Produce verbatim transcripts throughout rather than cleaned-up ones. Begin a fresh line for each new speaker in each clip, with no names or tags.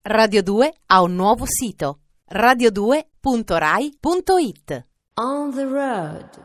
Radio due ha un nuovo sito: radio due punto rai punto it.
On the road.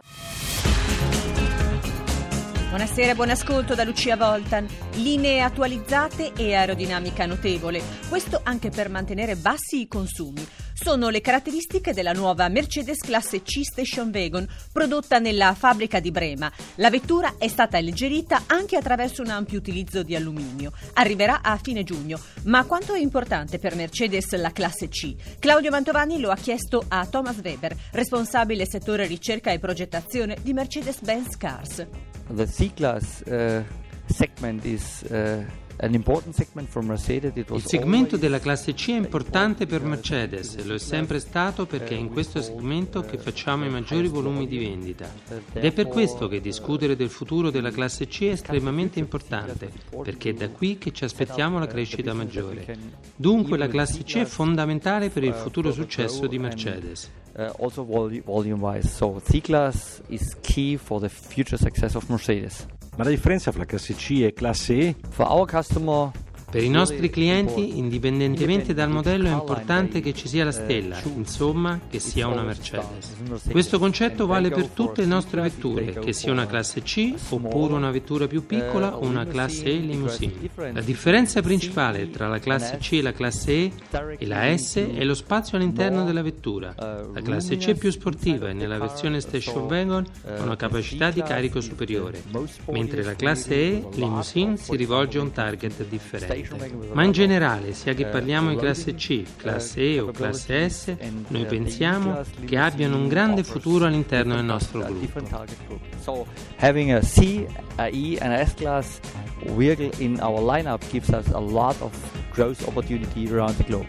Buonasera, buon ascolto da Lucia Voltan. Linee attualizzate e aerodinamica notevole, questo anche per mantenere bassi i consumi. Sono le caratteristiche della nuova Mercedes classe C Station Wagon, prodotta nella fabbrica di Brema. La vettura è stata alleggerita anche attraverso un ampio utilizzo di alluminio. Arriverà a fine giugno. Ma quanto è importante per Mercedes la classe C? Claudio Mantovani lo ha chiesto a Thomas Weber, responsabile settore ricerca e progettazione di Mercedes-Benz Cars.
The C-Class uh, segment is uh, an important segment for Mercedes. It was
Il segmento della classe C è importante per Mercedes, lo è sempre stato perché è in questo segmento che facciamo i maggiori volumi di vendita. Ed è per questo che discutere del futuro della classe C è estremamente importante, perché è da qui che ci aspettiamo la crescita maggiore. Dunque la classe C è fondamentale per il futuro successo di Mercedes.
Uh, also volume-wise, so C-Class is key for the future success of Mercedes.
Ma la differenza fra classe C e classe E?
For our customer,
Per i nostri clienti, indipendentemente dal modello, è importante che ci sia la stella, insomma, che sia una Mercedes. Questo concetto vale per tutte le nostre vetture, che sia una classe C oppure una vettura più piccola o una classe E limousine. La differenza principale tra la classe C e la classe E e la S è lo spazio all'interno della vettura. La classe C è più sportiva e nella versione Station Wagon ha una capacità di carico superiore, mentre la classe E limousine si rivolge a un target differente. Ma in generale, sia che parliamo di classe C, classe E o classe S, noi pensiamo che abbiano un grande futuro all'interno del nostro gruppo.
So having a C, a E and a S-Class vehicle in our lineup gives us a lot of growth opportunity around the globe.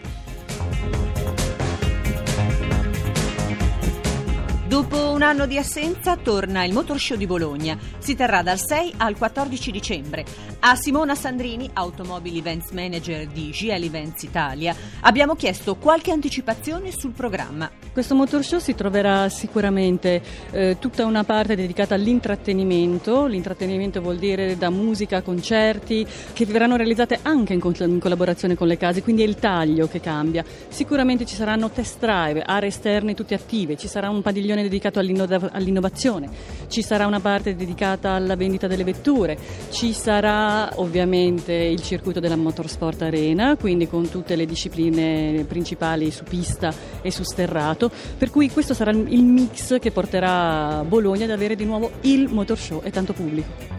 Dopo un anno di assenza torna il Motor Show di Bologna. Si terrà dal sei al quattordici dicembre. A Simona Sandrini, Automobili Events Manager di G L Events Italia, abbiamo chiesto qualche anticipazione sul programma.
Questo Motor Show si troverà sicuramente eh, tutta una parte dedicata all'intrattenimento. L'intrattenimento vuol dire da musica a concerti che verranno realizzate anche in, co- in collaborazione con le case, quindi è il taglio che cambia. Sicuramente ci saranno test drive, aree esterne tutte attive, ci sarà un padiglione dedicato all'inno- all'innovazione, ci sarà una parte dedicata alla vendita delle vetture, ci sarà ovviamente il circuito della Motorsport Arena, quindi con tutte le discipline principali su pista e su sterrato, per cui questo sarà il mix che porterà Bologna ad avere di nuovo il Motor Show e tanto pubblico.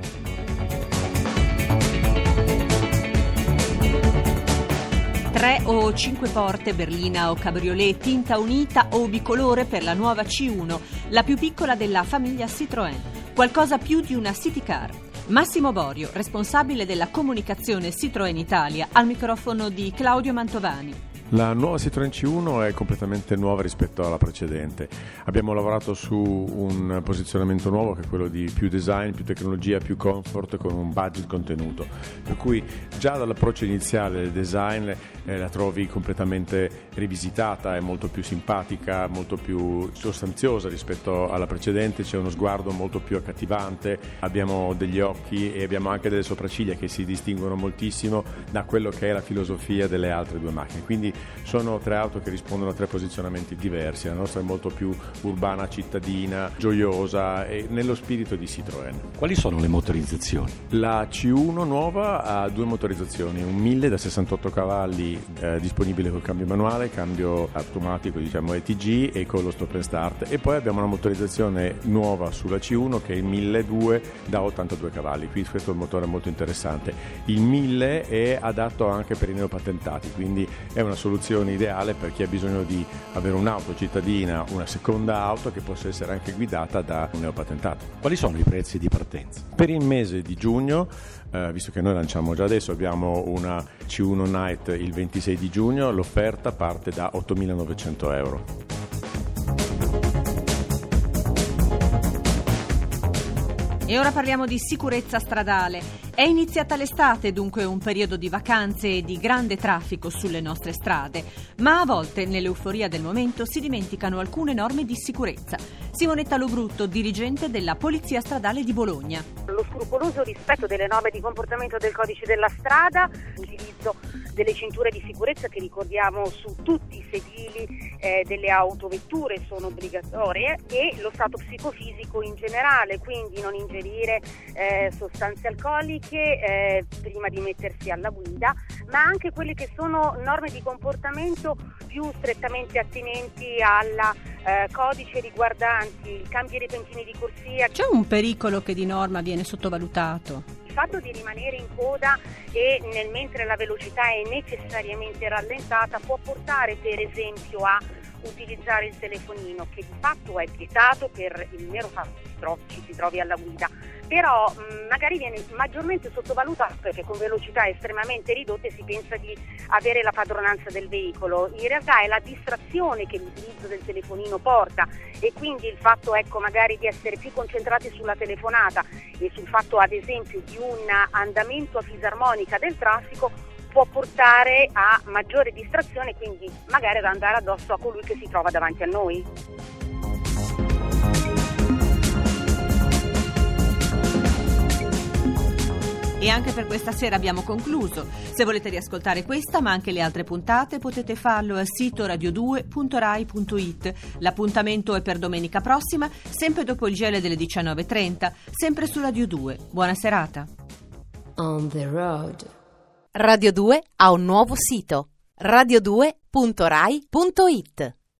Tre o cinque porte, berlina o cabriolet, tinta unita o bicolore per la nuova C uno, la più piccola della famiglia Citroën. Qualcosa più di una city car. Massimo Borio, responsabile della comunicazione Citroën Italia, al microfono di Claudio Mantovani.
La nuova Citroën C uno è completamente nuova rispetto alla precedente. Abbiamo lavorato su un posizionamento nuovo che è quello di più design, più tecnologia, più comfort con un budget contenuto. Per cui già dall'approccio iniziale del design eh, la trovi completamente rivisitata, è molto più simpatica, molto più sostanziosa rispetto alla precedente, c'è uno sguardo molto più accattivante, abbiamo degli occhi e abbiamo anche delle sopracciglia che si distinguono moltissimo da quello che è la filosofia delle altre due macchine. Quindi sono tre auto che rispondono a tre posizionamenti diversi. La nostra è molto più urbana, cittadina, gioiosa e nello spirito di Citroën.
Quali sono le motorizzazioni?
La C uno nuova ha due motorizzazioni, un mille da sessantotto cavalli eh, disponibile col cambio manuale, cambio automatico diciamo E T G e con lo stop and start, e poi abbiamo una motorizzazione nuova sulla C uno che è il milleduecento da ottantadue cavalli. Qui questo è un motore molto interessante. Il mille è adatto anche per i neopatentati, quindi è una soluzione ideale per chi ha bisogno di avere un'auto cittadina, una seconda auto che possa essere anche guidata da un neopatentato.
Quali sono i prezzi di partenza?
Per il mese di giugno, eh, visto che noi lanciamo già adesso, abbiamo una C uno Night il ventisei di giugno, l'offerta parte da ottomilanovecento euro.
E ora parliamo di sicurezza stradale. È iniziata l'estate, dunque un periodo di vacanze e di grande traffico sulle nostre strade, ma a volte nell'euforia del momento si dimenticano alcune norme di sicurezza. Simonetta Lobrutto, dirigente della Polizia Stradale di Bologna.
Lo scrupoloso rispetto delle norme di comportamento del codice della strada, l'utilizzo delle cinture di sicurezza che ricordiamo su tutti i sedili eh, delle autovetture sono obbligatorie, e lo stato psicofisico in generale, quindi non ingerire eh, sostanze alcoliche eh, prima di mettersi alla guida, ma anche quelle che sono norme di comportamento più strettamente attinenti alla eh, codice riguardanti i cambi repentini di corsia.
C'è un pericolo che di norma viene sottovalutato?
Il fatto di rimanere in coda e nel mentre la velocità è necessariamente rallentata può portare per esempio a utilizzare il telefonino, che di fatto è vietato per il mero fatto che ci si trovi alla guida, però mh, magari viene maggiormente sottovalutato perché con velocità estremamente ridotte si pensa di avere la padronanza del veicolo. In realtà è la distrazione che l'utilizzo del telefonino porta, e quindi il fatto ecco magari di essere più concentrati sulla telefonata e sul fatto ad esempio di un andamento a fisarmonica del traffico può portare a maggiore distrazione, quindi magari ad andare addosso a colui che si trova davanti a noi.
E anche per questa sera abbiamo concluso. Se volete riascoltare questa ma anche le altre puntate potete farlo al sito radio due punto rai punto it. L'appuntamento è per domenica prossima, sempre dopo il gelo delle diciannove e trenta, sempre su Radio due. Buona serata.
On the road.
Radio due ha un nuovo sito, radio due punto rai punto it.